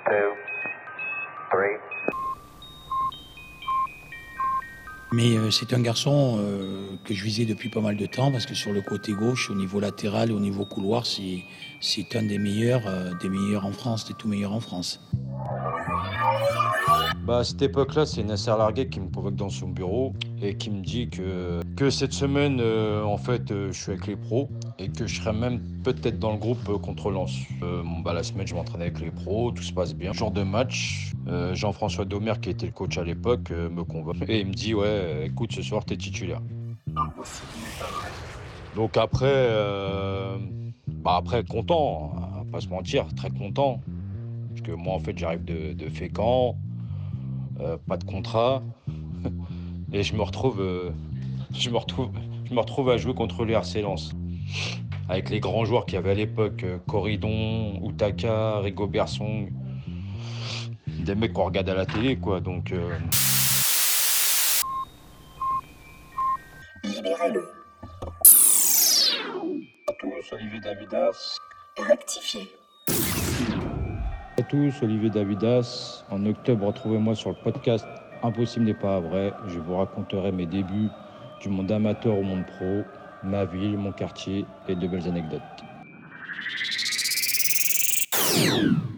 two, three. Mais c'est un garçon que je visais depuis pas mal de temps parce que sur le côté gauche, au niveau latéral et au niveau couloir, c'est un des meilleurs en France, des tout meilleurs en France. À cette époque-là, c'est Nasser Larguet qui me convoque dans son bureau et qui me dit que cette semaine, je suis avec les pros et que je serai même peut-être dans le groupe contre Lens. La semaine, je m'entraîne avec les pros, tout se passe bien. Jour de match, Jean-François Daumer, qui était le coach à l'époque, me convoque et il me dit ouais, écoute, ce soir, t'es titulaire. Donc après, content, on va pas se mentir, très content. Parce que moi, en fait, j'arrive de Fécamp. Pas de contrat et je me retrouve à jouer contre le RC Lens avec les grands joueurs qu'il y avait à l'époque, Corridon, Outaka, Rigobert Song, des mecs qu'on regarde à la télé quoi. Donc Libérez-le. à tous, Olivier Davidas. Rectifiez. À tous, Olivier Davidas. En octobre, retrouvez-moi sur le podcast Impossible n'est pas vrai. Je vous raconterai mes débuts du monde amateur au monde pro, ma ville, mon quartier et de belles anecdotes.